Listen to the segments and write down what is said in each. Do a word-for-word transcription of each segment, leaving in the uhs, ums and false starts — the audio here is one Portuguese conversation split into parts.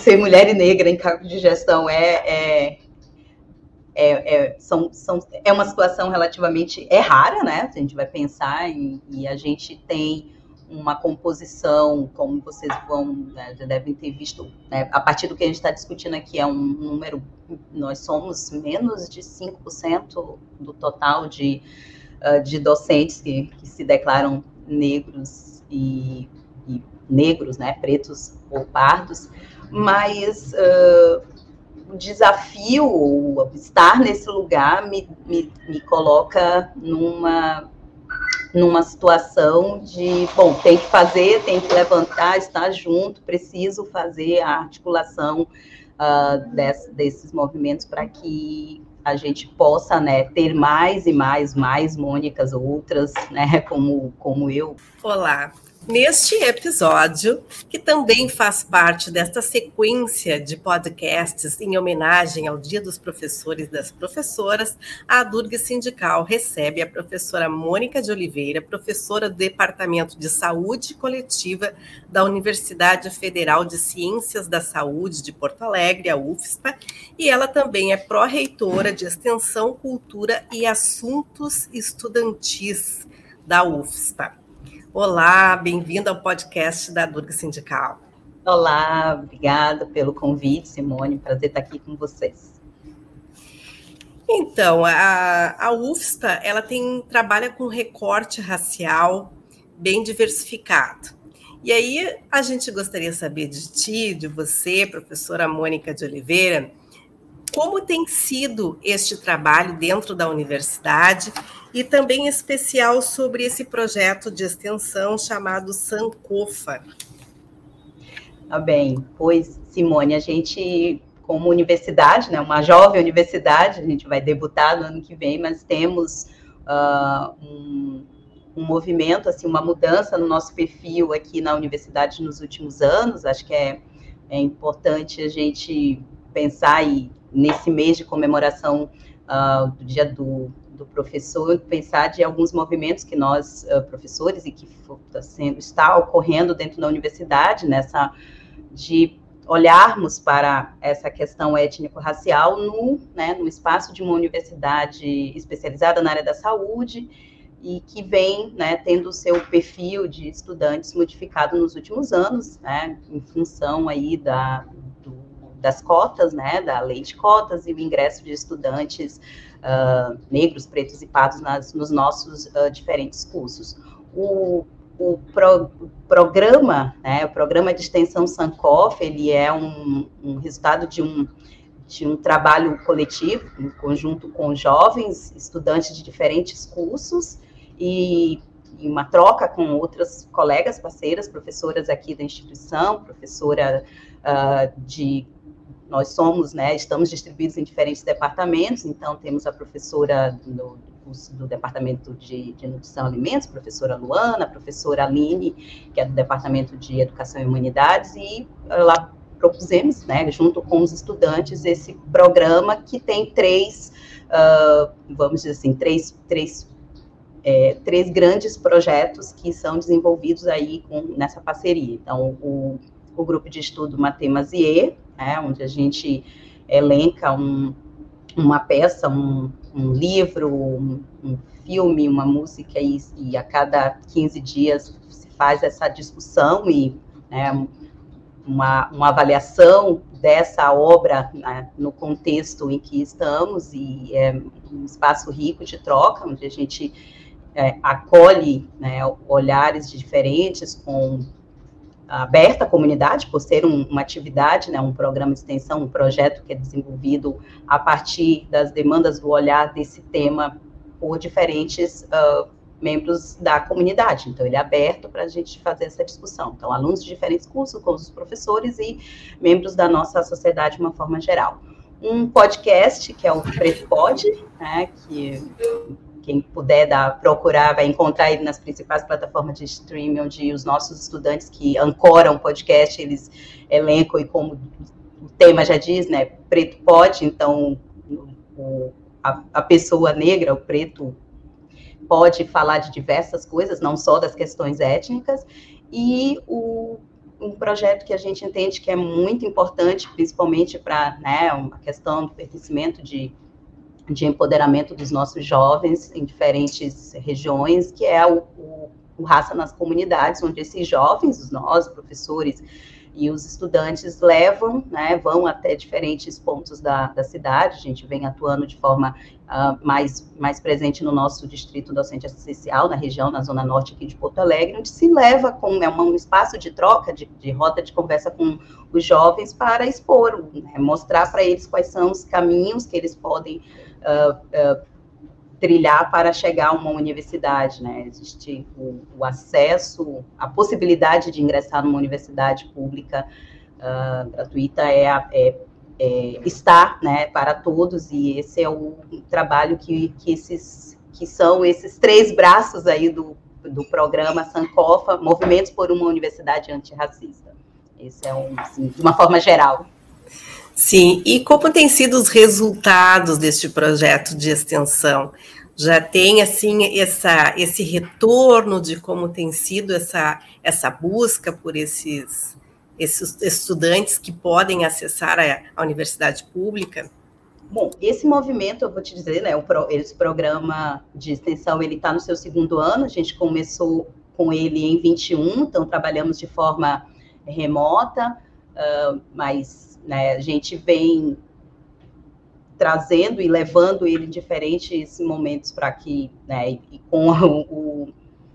ser mulher e negra em cargo de gestão é, é, é, é, são, são, é uma situação relativamente é rara, né? A gente vai pensar em, e a gente tem uma composição, como vocês vão, né, já devem ter visto, né, a partir do que a gente está discutindo aqui, é um número, nós somos menos de cinco por cento do total de, uh, de docentes que, que se declaram negros e, e negros, né, pretos ou pardos, mas uh, o desafio, estar nesse lugar me, me, me coloca numa... numa situação de, bom, tem que fazer, tem que levantar, estar junto, preciso fazer a articulação uh, desse, desses movimentos para que a gente possa, né, ter mais e mais, mais Mônicas, outras, né, como, como eu. Olá! Neste episódio, que também faz parte desta sequência de podcasts em homenagem ao Dia dos Professores e das Professoras, a Durga Sindical recebe a professora Mônica de Oliveira, professora do Departamento de Saúde Coletiva da Universidade Federal de Ciências da Saúde de Porto Alegre, a U F S P A, e ela também é pró-reitora de Extensão, Cultura e Assuntos Estudantis da U F S P A. Olá, bem-vinda ao podcast da Durga Sindical. Olá, obrigada pelo convite, Simone, prazer estar aqui com vocês. Então, a, a U F S P A, ela tem, trabalha com recorte racial bem diversificado. E aí, a gente gostaria de saber de ti, de você, professora Mônica de Oliveira, como tem sido este trabalho dentro da universidade e também em especial sobre esse projeto de extensão chamado Sankofa. Tá bem, pois, Simone, a gente, como universidade, né, uma jovem universidade, a gente vai debutar no ano que vem, mas temos uh, um, um movimento, assim, uma mudança no nosso perfil aqui na universidade nos últimos anos. Acho que é, é importante a gente pensar e nesse mês de comemoração uh, do dia do, do professor, pensar de alguns movimentos que nós, uh, professores, e que está sendo, está ocorrendo dentro da universidade, nessa, de olharmos para essa questão étnico-racial no, né, no espaço de uma universidade especializada na área da saúde e que vem, né, tendo o seu perfil de estudantes modificado nos últimos anos, né, em função aí da das cotas, né, da lei de cotas e o ingresso de estudantes uh, negros, pretos e pardos nas, nos nossos uh, diferentes cursos. O, o, pro, o programa, né, o programa de extensão Sankofa, ele é um, um resultado de um, de um trabalho coletivo, em conjunto com jovens, estudantes de diferentes cursos, e, e uma troca com outras colegas, parceiras, professoras aqui da instituição, professora uh, de Nós somos, né, estamos distribuídos em diferentes departamentos, então temos a professora do, do Departamento de, de Nutrição e Alimentos, professora Luana, a professora Aline, que é do Departamento de Educação e Humanidades, e lá propusemos, né, junto com os estudantes, esse programa que tem três, uh, vamos dizer assim, três, três, é, três grandes projetos que são desenvolvidos aí com, nessa parceria. Então, o o grupo de estudo Matemazier, né, onde a gente elenca um, uma peça, um, um livro, um, um filme, uma música, e, e a cada quinze dias se faz essa discussão e, né, uma, uma avaliação dessa obra, né, no contexto em que estamos, e é um espaço rico de troca, onde a gente é, acolhe, né, olhares diferentes, com aberta à comunidade, por ser um, uma atividade, né, um programa de extensão, um projeto que é desenvolvido a partir das demandas do olhar desse tema por diferentes uh, membros da comunidade. Então, ele é aberto para a gente fazer essa discussão. Então, alunos de diferentes cursos, com os professores e membros da nossa sociedade de uma forma geral. Um podcast, que é o Preto Pod, né, que quem puder dar, procurar, vai encontrar ele nas principais plataformas de streaming, onde os nossos estudantes que ancoram o podcast, eles elencam, e como o tema já diz, né, Preto Pode, então o, a, a pessoa negra, o preto, pode falar de diversas coisas, não só das questões étnicas, e o um projeto que a gente entende que é muito importante, principalmente para, né, uma questão do pertencimento de, de empoderamento dos nossos jovens em diferentes regiões, que é o, o, o Raça nas Comunidades, onde esses jovens, nós, professores e os estudantes levam, né, vão até diferentes pontos da, da cidade. A gente vem atuando de forma uh, mais, mais presente no nosso distrito docente assistencial, na região, na zona norte aqui de Porto Alegre, onde se leva com é um espaço de troca, de, de roda de conversa com os jovens para expor, né, mostrar para eles quais são os caminhos que eles podem uh, uh, trilhar para chegar a uma universidade, né? Existe o, o acesso, a possibilidade de ingressar numa universidade pública uh, gratuita é, é, é está, né, para todos, e esse é o trabalho que, que, esses, que são esses três braços aí do, do programa Sankofa, Movimentos por uma Universidade Antirracista. Esse é um, assim, de uma forma geral. Sim, e como têm sido os resultados deste projeto de extensão? Já tem, assim, essa, esse retorno de como tem sido essa, essa busca por esses, esses estudantes que podem acessar a, a universidade pública? Bom, esse movimento, eu vou te dizer, né, o pro, esse programa de extensão, ele está no seu segundo ano, a gente começou com ele em vinte e um, então trabalhamos de forma remota, uh, mas... Né, a gente vem trazendo e levando ele em diferentes momentos para que, né, e, e com, o, o,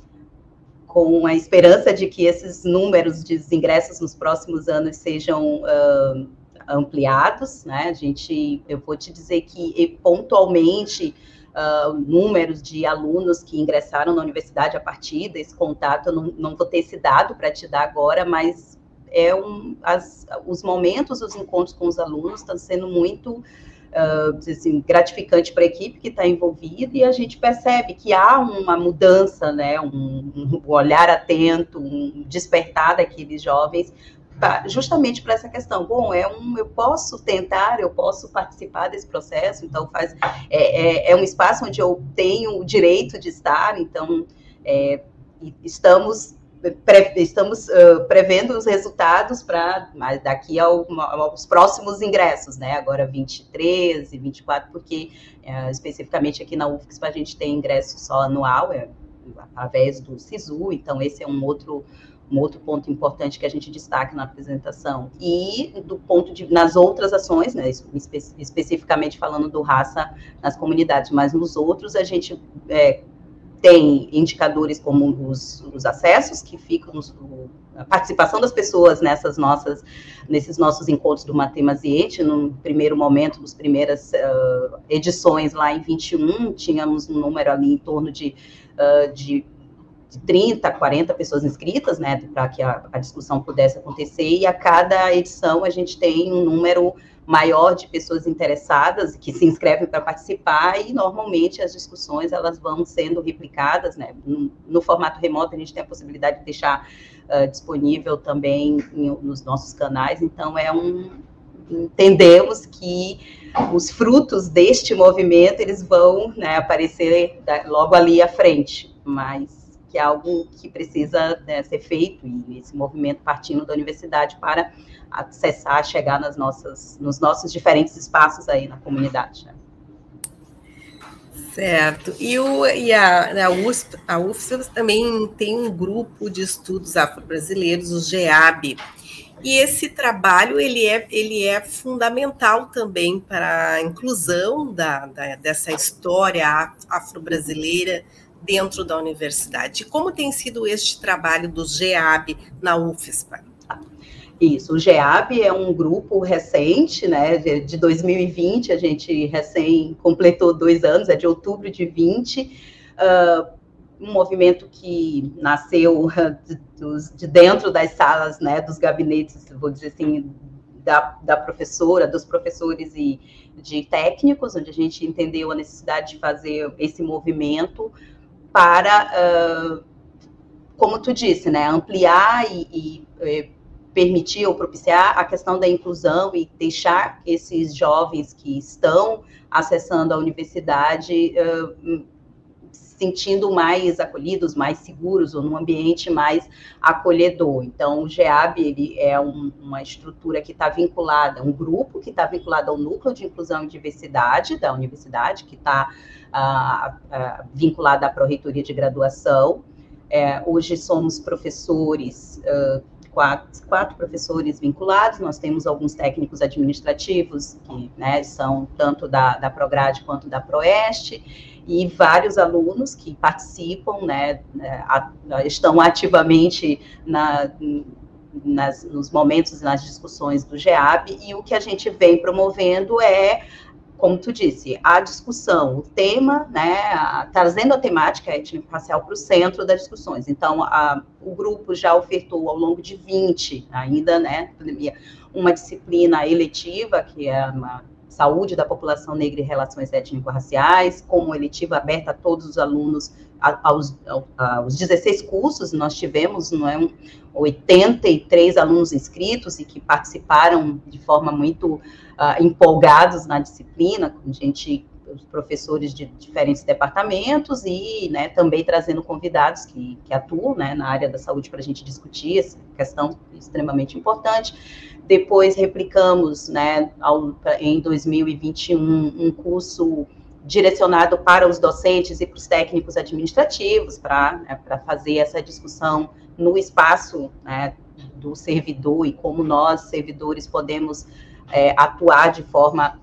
com a esperança de que esses números de ingressos nos próximos anos sejam uh, ampliados, né, a gente, eu vou te dizer que pontualmente uh, números de alunos que ingressaram na universidade a partir desse contato, eu não, não vou ter esse dado para te dar agora, mas é um, as, os momentos, os encontros com os alunos estão sendo muito uh, assim, gratificante para a equipe que está envolvida, e a gente percebe que há uma mudança, né, um, um olhar atento, um despertar daqueles jovens, pra, justamente para essa questão. Bom, é um, eu posso tentar, eu posso participar desse processo, então faz, é, é, é um espaço onde eu tenho o direito de estar, então é, estamos... Pre, estamos uh, prevendo os resultados para daqui ao, aos próximos ingressos, né? Agora vinte e três e vinte e quatro, porque uh, especificamente aqui na U F S P a gente tem ingresso só anual, é, através do SISU, então esse é um outro, um outro ponto importante que a gente destaca na apresentação. E do ponto de, nas outras ações, né, espe, especificamente falando do Raça nas Comunidades, mas nos outros a gente... É, tem indicadores como os, os acessos, que ficam, nos, a participação das pessoas nessas nossas, nesses nossos encontros do Matemaziente. No primeiro momento, nas primeiras uh, edições lá em vinte e um, tínhamos um número ali em torno de, uh, de, de trinta, quarenta pessoas inscritas, né, para que a, a discussão pudesse acontecer, e a cada edição a gente tem um número maior de pessoas interessadas que se inscrevem para participar, e normalmente as discussões elas vão sendo replicadas, né? No, no formato remoto a gente tem a possibilidade de deixar uh, disponível também em, nos nossos canais, então é um, entendemos que os frutos deste movimento eles vão, né, aparecer da, logo ali à frente, mas que é algo que precisa, né, ser feito, e esse movimento partindo da universidade para acessar, chegar nas nossas, nos nossos diferentes espaços aí na comunidade, né? Certo. E, o, e a, a, U F S P, a U F S P também tem um grupo de estudos afro-brasileiros, o GEAB, e esse trabalho ele é, ele é fundamental também para a inclusão da, da, dessa história afro-brasileira dentro da universidade. Como tem sido este trabalho do GEAB na U F S P? Isso, o GEAB é um grupo recente, né, de dois mil e vinte, a gente recém completou dois anos, é de outubro de vinte, uh, um movimento que nasceu de, de dentro das salas, né, dos gabinetes, vou dizer assim, da, da professora, dos professores e de técnicos, onde a gente entendeu a necessidade de fazer esse movimento para, uh, como tu disse, né, ampliar e, e permitir ou propiciar a questão da inclusão e deixar esses jovens que estão acessando a universidade uh, se sentindo mais acolhidos, mais seguros, ou num ambiente mais acolhedor. Então, o GEAB, ele é um, uma estrutura que está vinculada, um grupo que está vinculado ao Núcleo de Inclusão e Diversidade da universidade, que está uh, uh, vinculado à Pró-Reitoria de Graduação. É, hoje somos professores, uh, quatro, quatro professores vinculados, nós temos alguns técnicos administrativos, que, né, são tanto da, da Prograde quanto da Proeste, e vários alunos que participam, né, estão ativamente na, nas, nos momentos, nas discussões do GEAB, e o que a gente vem promovendo é, como tu disse, a discussão, o tema, né, a, trazendo a temática étnico-racial para o centro das discussões. Então, a, o grupo já ofertou ao longo de vinte, ainda, né, uma disciplina eletiva, que é uma Saúde da População Negra e Relações Étnico-Raciais, como eletiva aberta a todos os alunos, aos, aos dezesseis cursos, nós tivemos, não é, oitenta e três alunos inscritos e que participaram de forma muito uh, empolgados na disciplina, com gente, os professores de diferentes departamentos e, né, também trazendo convidados que, que atuam, né, na área da saúde para a gente discutir essa questão extremamente importante. Depois replicamos, né, ao, em dois mil e vinte e um, um curso direcionado para os docentes e para os técnicos administrativos, para, né, para fazer essa discussão no espaço, né, do servidor e como nós, servidores, podemos é, atuar de forma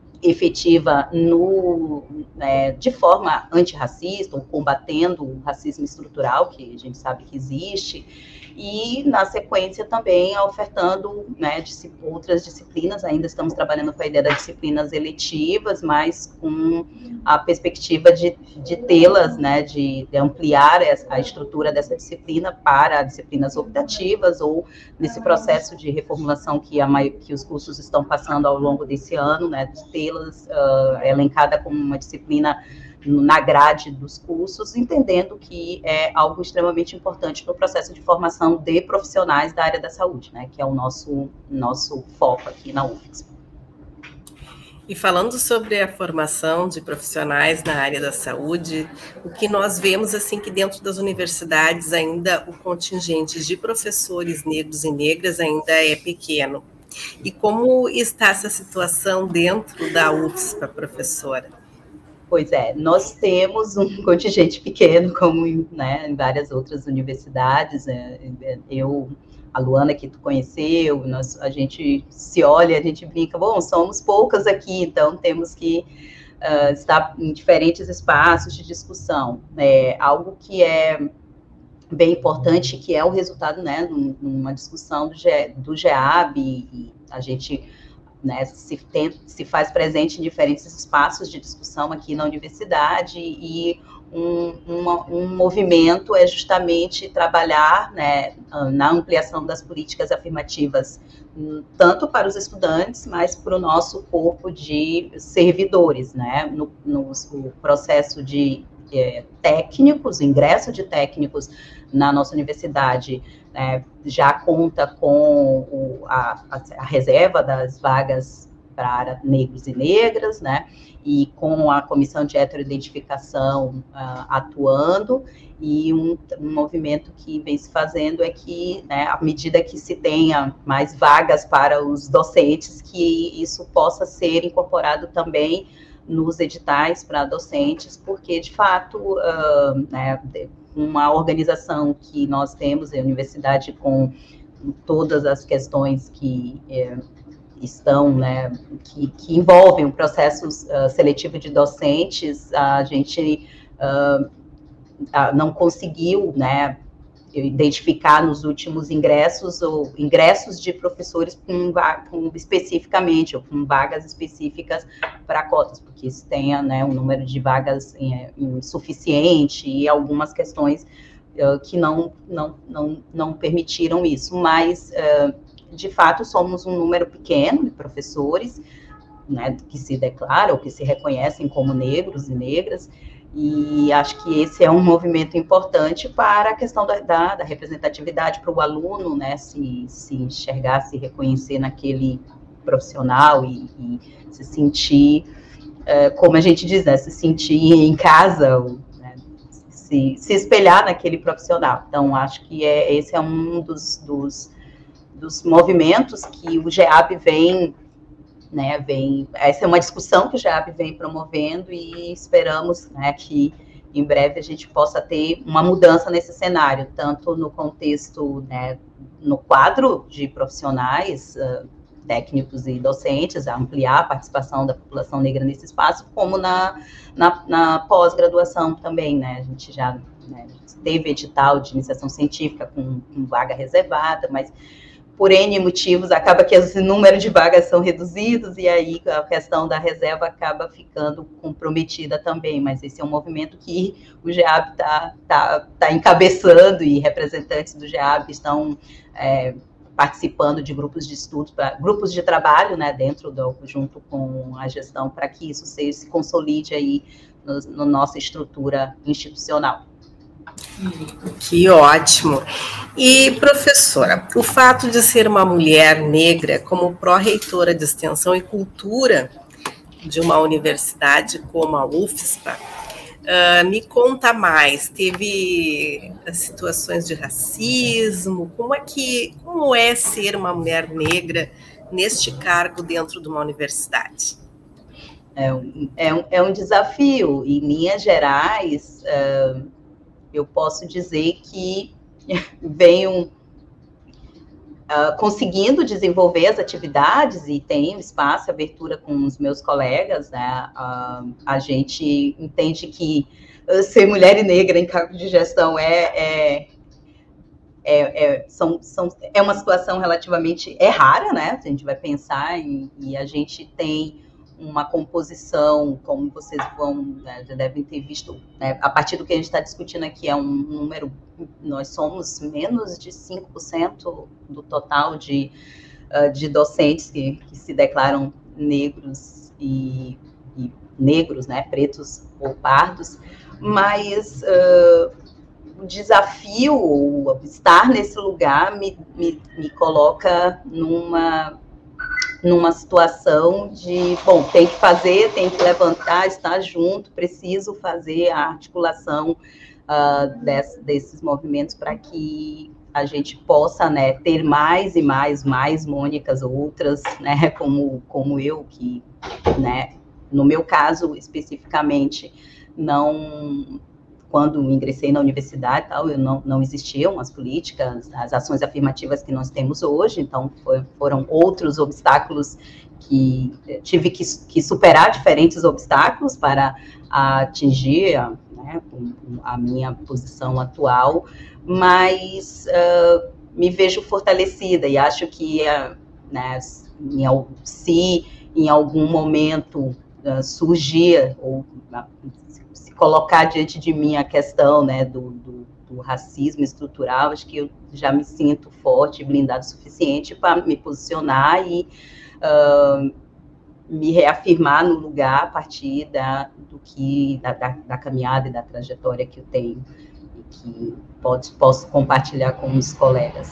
efetiva no, né, de forma antirracista, ou combatendo o racismo estrutural, que a gente sabe que existe, e, na sequência, também ofertando, né, outras disciplinas. Ainda estamos trabalhando com a ideia das disciplinas eletivas, mas com a perspectiva de, de tê-las, né, de, de ampliar a estrutura dessa disciplina para disciplinas optativas, ou nesse processo de reformulação que, a, que os cursos estão passando ao longo desse ano, né, de tê-las uh, elencada como uma disciplina na grade dos cursos, entendendo que é algo extremamente importante no processo de formação de profissionais da área da saúde, né, que é o nosso, nosso foco aqui na U F X. E falando sobre a formação de profissionais na área da saúde, o que nós vemos, assim, que dentro das universidades ainda o contingente de professores negros e negras ainda é pequeno. E como está essa situação dentro da U F S P, professora? Pois é, nós temos um contingente pequeno, como, né, em várias outras universidades. Eu, a Luana, que tu conheceu, nós, a gente se olha, a gente brinca, bom, somos poucas aqui, então temos que uh, estar em diferentes espaços de discussão. É, algo que é bem importante, que é o resultado, né, numa discussão do, G, do GEAB, e a gente... Né, se, tem, se faz presente em diferentes espaços de discussão aqui na universidade, e um, uma, um movimento é justamente trabalhar, né, na ampliação das políticas afirmativas, tanto para os estudantes, mas para o nosso corpo de servidores, né, no, no, no processo de é, técnicos, ingresso de técnicos na nossa universidade. É, já conta com o, a, a reserva das vagas para negros e negras, né, e com a comissão de heteroidentificação uh, atuando, e um, um movimento que vem se fazendo é que, né, à medida que se tenha mais vagas para os docentes, que isso possa ser incorporado também nos editais para docentes, porque, de fato, uh, né, uma organização que nós temos, a universidade, com todas as questões que é, estão, né, que, que envolvem o processo uh, seletivo de docentes, a gente uh, não conseguiu, né, identificar nos últimos ingressos, ou ingressos de professores com, com especificamente, ou com vagas específicas para cotas, porque isso tenha, né, um número de vagas insuficiente e algumas questões uh, que não, não, não, não permitiram isso, mas, uh, de fato, somos um número pequeno de professores, né, que se declaram, que se reconhecem como negros e negras, e acho que esse é um movimento importante para a questão da, da, da representatividade para o aluno, né, se, se enxergar, se reconhecer naquele profissional e, e se sentir, uh, como a gente diz, né, se sentir em casa, né, se, se espelhar naquele profissional. Então, acho que é, esse é um dos, dos, dos movimentos que o GEAB vem, né, vem, essa é uma discussão que o GEAB vem promovendo e esperamos, né, que em breve a gente possa ter uma mudança nesse cenário, tanto no contexto, né, no quadro de profissionais, uh, técnicos e docentes, a ampliar a participação da população negra nesse espaço, como na, na, na pós-graduação também, né, a gente já, né, teve edital de iniciação científica com, com vaga reservada, mas por N motivos acaba que esse número de vagas são reduzidos e aí a questão da reserva acaba ficando comprometida também, mas esse é um movimento que o GEAB está tá, tá encabeçando e representantes do GEAB estão é, participando de grupos de estudos, pra, grupos de trabalho, né, dentro do, junto com a gestão, para que isso se, se consolide aí no, no nossa estrutura institucional. Que ótimo. E, professora, o fato de ser uma mulher negra como pró-reitora de Extensão e Cultura de uma universidade como a UFSPA, uh, me conta mais, teve situações de racismo, como é, que, como é ser uma mulher negra neste cargo dentro de uma universidade? É um, é um, é um desafio, em linhas gerais, uh, eu posso dizer que venho uh, conseguindo desenvolver as atividades e tenho espaço, abertura com os meus colegas, né? Uh, a gente entende que uh, ser mulher e negra em cargo de gestão é, é, é, é, são, são, é uma situação relativamente é rara, né? A gente vai pensar em, e a gente tem uma composição, como vocês vão, né, já devem ter visto, né, a partir do que a gente está discutindo aqui, é um número, nós somos menos de cinco por cento do total de, uh, de docentes que, que se declaram negros e, e negros, né, pretos ou pardos, mas uh, o desafio, estar nesse lugar me, me, me coloca numa... numa situação de, bom, tem que fazer, tem que levantar, estar junto, preciso fazer a articulação uh, desse, desses movimentos para que a gente possa, né, ter mais e mais, mais Mônicas, outras, né, como, como eu, que, né, no meu caso, especificamente, não... Quando ingressei na universidade, tal, eu não, não existiam as políticas, as ações afirmativas que nós temos hoje, então foi, foram outros obstáculos que tive que, que superar diferentes obstáculos para atingir a, né, a minha posição atual, mas uh, me vejo fortalecida e acho que, uh, né, se em algum momento uh, surgir ou uh, colocar diante de mim a questão, né, do, do, do racismo estrutural, acho que eu já me sinto forte e blindado o suficiente para me posicionar e uh, me reafirmar no lugar a partir da, do que, da, da, da caminhada e da trajetória que eu tenho e que pode, posso compartilhar com os colegas.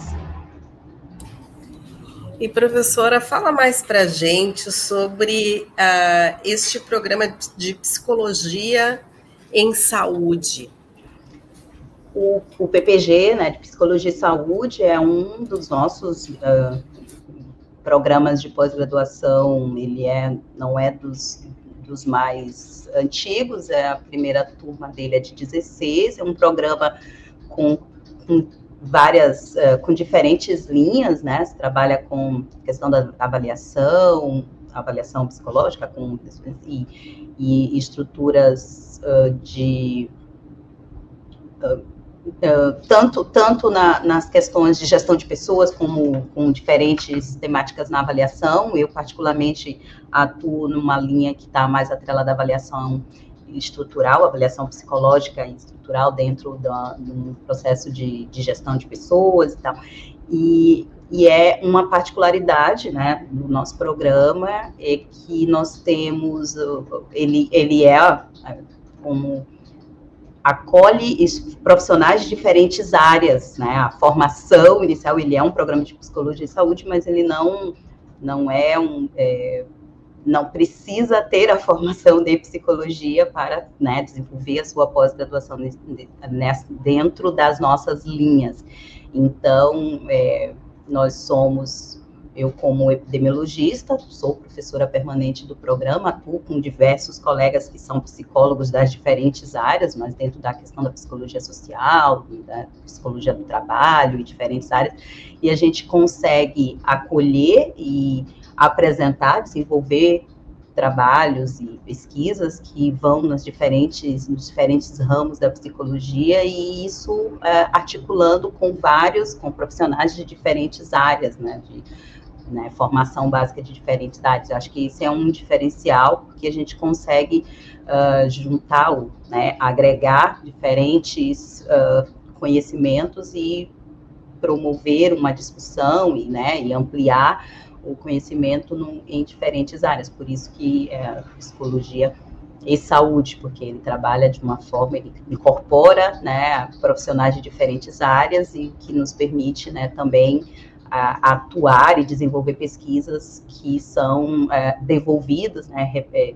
E, professora, fala mais para a gente sobre uh, este programa de psicologia em saúde. O, o P P G, né, de Psicologia e Saúde, é um dos nossos uh, programas de pós-graduação, ele é, não é dos, dos mais antigos, é a primeira turma dele é de dezesseis, é um programa com, com várias, uh, com diferentes linhas, né, se trabalha com questão da avaliação, avaliação psicológica, com, e, e estruturas Uh, de uh, uh, tanto, tanto na, nas questões de gestão de pessoas como com diferentes temáticas na avaliação. Eu particularmente atuo numa linha que está mais atrelada à avaliação estrutural, avaliação psicológica e estrutural dentro da, do processo de, de gestão de pessoas e tal. E, e é uma particularidade, né, do nosso programa é que nós temos, ele, ele é como acolhe profissionais de diferentes áreas, né, a formação inicial, ele é um programa de psicologia e saúde, mas ele não, não é um, é, não precisa ter a formação de psicologia para, né, desenvolver a sua pós-graduação dentro das nossas linhas. Então, é, nós somos, eu como epidemiologista, sou professora permanente do programa, atuo com diversos colegas que são psicólogos das diferentes áreas, mas dentro da questão da psicologia social, da psicologia do trabalho e diferentes áreas, e a gente consegue acolher e apresentar, desenvolver trabalhos e pesquisas que vão nas diferentes, nos diferentes ramos da psicologia, e isso é, articulando com vários, com profissionais de diferentes áreas, né, de né, formação básica de diferentes áreas. Eu acho que esse é um diferencial, que a gente consegue uh, juntar, né, agregar diferentes uh, conhecimentos e promover uma discussão e, né, e ampliar o conhecimento no, em diferentes áreas. Por isso que é, psicologia e saúde, porque ele trabalha de uma forma, ele incorpora, né, profissionais de diferentes áreas e que nos permite, né, também a, atuar e desenvolver pesquisas que são é, devolvidas, né, é,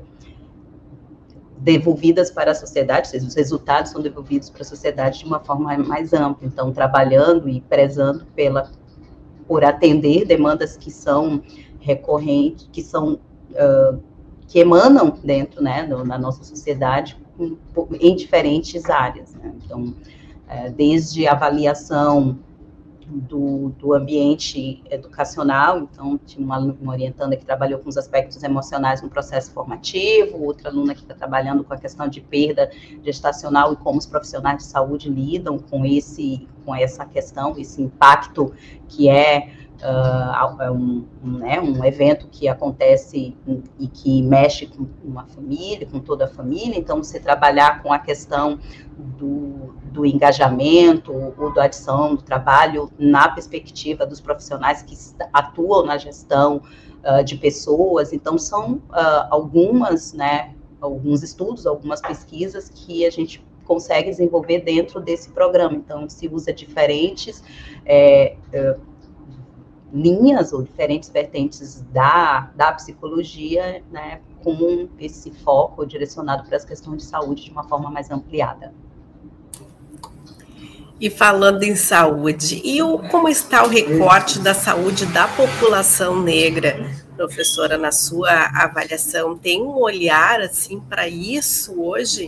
devolvidas para a sociedade, ou seja, os resultados são devolvidos para a sociedade de uma forma mais ampla. Então, trabalhando e prezando pela por atender demandas que são recorrentes, que são, uh, que emanam dentro, né, do, na nossa sociedade, em, em diferentes áreas, né? Então, uh, desde a avaliação do, do ambiente educacional, então, tinha uma, uma orientanda que trabalhou com os aspectos emocionais no processo formativo, outra aluna que está trabalhando com a questão de perda gestacional e como os profissionais de saúde lidam com esse, com essa questão, esse impacto que é uh, um, um, né, um evento que acontece e que mexe com uma família, com toda a família. Então, você trabalhar com a questão do, do engajamento ou da adição do trabalho na perspectiva dos profissionais que atuam na gestão uh, de pessoas. Então, são uh, algumas, né, alguns estudos, algumas pesquisas que a gente consegue desenvolver dentro desse programa. Então, se usa diferentes é, é, linhas ou diferentes vertentes da, da psicologia, né, com esse foco direcionado para as questões de saúde de uma forma mais ampliada. E falando em saúde, e o, como está o recorte da saúde da população negra, professora, na sua avaliação, tem um olhar assim para isso hoje?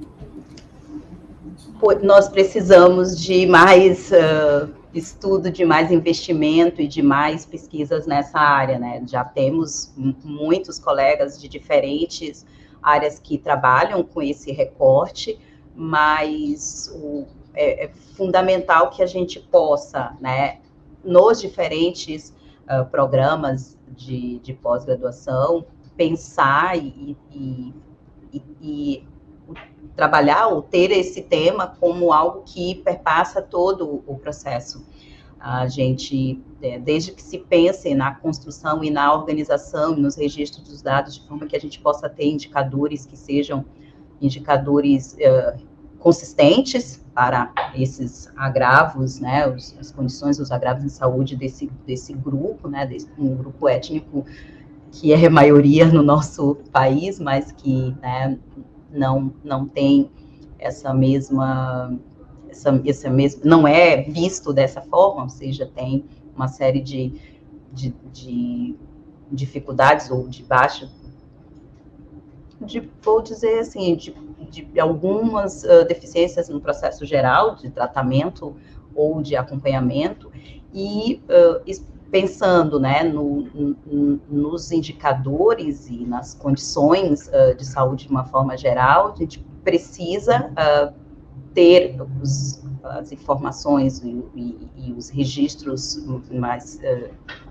Nós precisamos de mais uh, estudo, de mais investimento e de mais pesquisas nessa área, né? Já temos muitos colegas de diferentes áreas que trabalham com esse recorte, mas o, é, é fundamental que a gente possa, né, nos diferentes uh, programas de, de pós-graduação, pensar e, e, e, e trabalhar ou ter esse tema como algo que perpassa todo o processo. A gente, desde que se pense na construção e na organização e nos registros dos dados, de forma que a gente possa ter indicadores que sejam indicadores uh, consistentes para esses agravos, né, os, as condições dos agravos em saúde desse, desse grupo, né, desse um grupo étnico que é a maioria no nosso país, mas que, né, não, não tem essa mesma, essa, essa mesma, não é visto dessa forma, ou seja, tem uma série de, de, de dificuldades ou de baixa, de, vou dizer assim, de, de algumas uh, deficiências no processo geral de tratamento ou de acompanhamento, e uh, pensando, né, no, no, nos indicadores e nas condições uh, de saúde de uma forma geral, a gente precisa uh, ter os, as informações e, e, e os registros mais uh,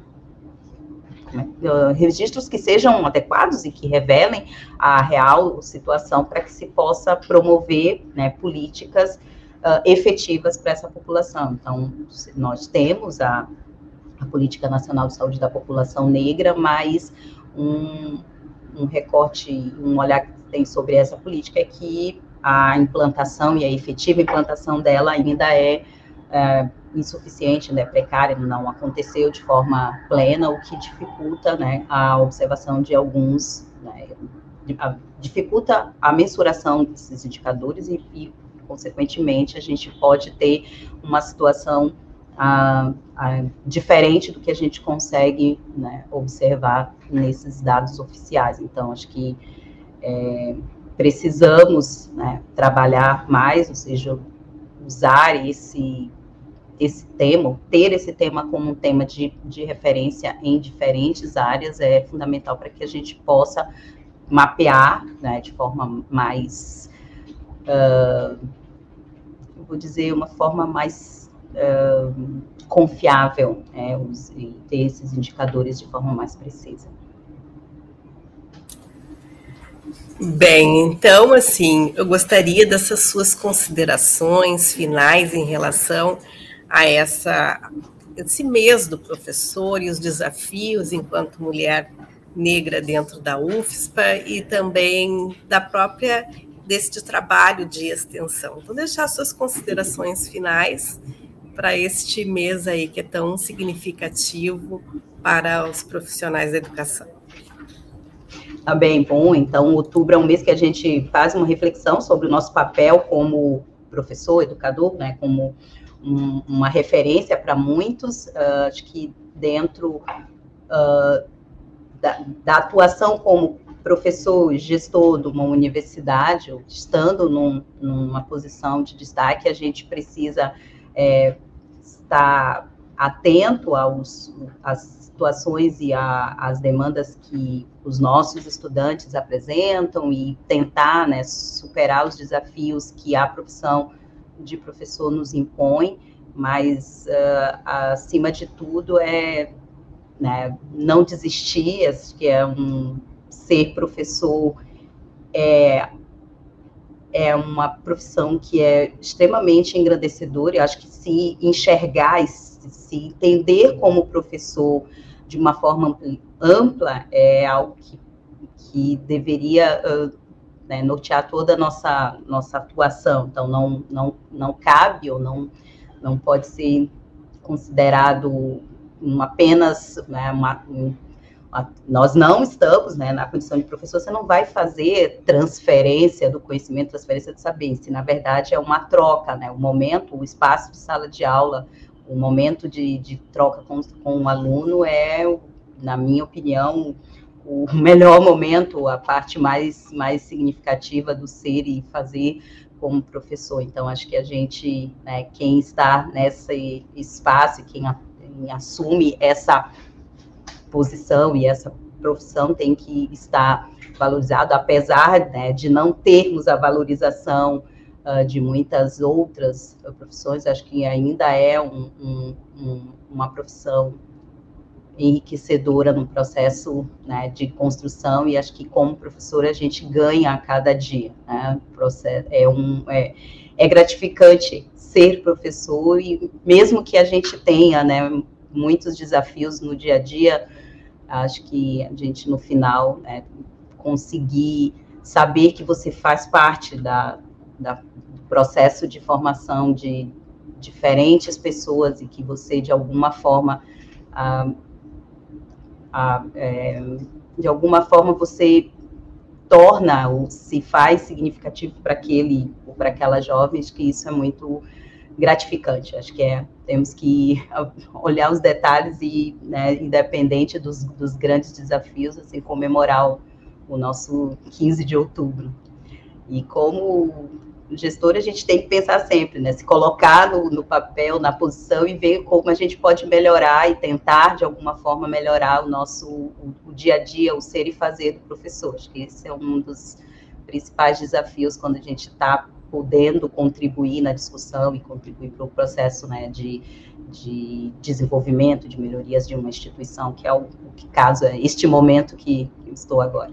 uh, registros que sejam adequados e que revelem a real situação para que se possa promover, né, políticas uh, efetivas para essa população. Então, nós temos a a Política Nacional de Saúde da População Negra, mas um, um recorte, um olhar que tem sobre essa política é que a implantação e a efetiva implantação dela ainda é, é insuficiente, né, precária, não aconteceu de forma plena, o que dificulta, né, a observação de alguns, né, a, dificulta a mensuração desses indicadores e, e, consequentemente, a gente pode ter uma situação a, a, diferente do que a gente consegue, né, observar nesses dados oficiais. Então, acho que é, precisamos, né, trabalhar mais, ou seja, usar esse, esse tema, ter esse tema como um tema de, de referência em diferentes áreas é fundamental para que a gente possa mapear, né, de forma mais, uh, eu vou dizer, uma forma mais uh, confiável, né, os, e ter esses indicadores de forma mais precisa. Bem, então, assim, eu gostaria dessas suas considerações finais em relação a essa, esse mês do professor e os desafios enquanto mulher negra dentro da U F S P A e também da própria, deste trabalho de extensão. Vou deixar suas considerações finais para este mês aí que é tão significativo para os profissionais da educação. Tá bem, bom, então outubro é um mês que a gente faz uma reflexão sobre o nosso papel como professor, educador, né, como um, uma referência para muitos, uh, acho que dentro uh, da, da atuação como professor, gestor de uma universidade, ou estando num, numa posição de destaque, a gente precisa é, estar atento aos, às situações e a, às demandas que os nossos estudantes apresentam e tentar, né, superar os desafios que a profissão de professor nos impõe, mas, uh, acima de tudo, é, né, não desistir, acho que é um, ser professor é, é uma profissão que é extremamente engrandecedora, eu acho que se enxergar, se, se entender como professor de uma forma ampla, é algo que, que deveria uh, né, nortear toda a nossa, nossa atuação. Então, não, não, não cabe ou não, não pode ser considerado um, apenas né, uma, um, uma, nós não estamos, né, na condição de professor, você não vai fazer transferência do conhecimento, transferência do saber, se na verdade é uma troca, né, o momento, o espaço de sala de aula, o momento de, de troca com, com o aluno é, na minha opinião, o melhor momento, a parte mais, mais significativa do ser e fazer como professor. Então, acho que a gente, né, quem está nesse espaço, quem, a, quem assume essa posição e essa profissão tem que estar valorizado, apesar, né, de não termos a valorização uh, de muitas outras profissões, acho que ainda é um, um, um, uma profissão enriquecedora no processo, né, de construção, e acho que como professora a gente ganha a cada dia, né, processo, é, um, é, é gratificante ser professor, e mesmo que a gente tenha, né, muitos desafios no dia a dia, acho que a gente no final, né, conseguir saber que você faz parte da, da, do processo de formação de diferentes pessoas e que você de alguma forma ah, A, é, de alguma forma você torna ou se faz significativo para aquele ou para aquela jovem, acho que isso é muito gratificante. Acho que é, temos que olhar os detalhes e, né, independente dos, dos grandes desafios, assim, comemorar o, o nosso quinze de outubro. E como gestor, a gente tem que pensar sempre, né, se colocar no, no papel, na posição e ver como a gente pode melhorar e tentar, de alguma forma, melhorar o nosso o, o dia a dia, o ser e fazer do professor. Acho que esse é um dos principais desafios quando a gente está podendo contribuir na discussão e contribuir para o processo, né, de, de desenvolvimento, de melhorias de uma instituição, que é o, o que caso é este momento que, que eu estou agora.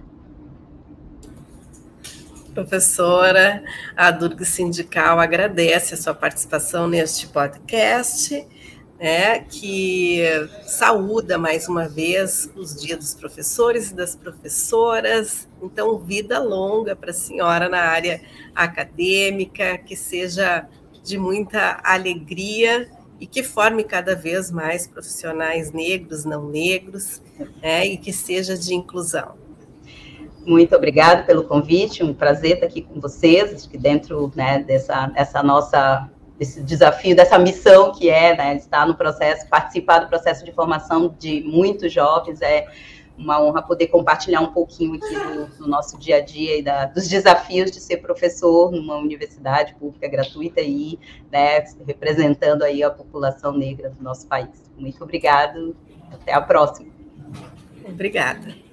Professora, a Durga Sindical agradece a sua participação neste podcast, né, que saúda mais uma vez os dias dos professores e das professoras. Então, vida longa para a senhora na área acadêmica, que seja de muita alegria e que forme cada vez mais profissionais negros, não negros, né, e que seja de inclusão. Muito obrigada pelo convite, um prazer estar aqui com vocês, acho que dentro, né, dessa, dessa nossa, desse desafio, dessa missão que é, né, estar no processo, participar do processo de formação de muitos jovens, é uma honra poder compartilhar um pouquinho aqui do, do nosso dia a dia e da, dos desafios de ser professor numa universidade pública gratuita e, né, representando aí a população negra do nosso país. Muito obrigado, até a próxima. Obrigada.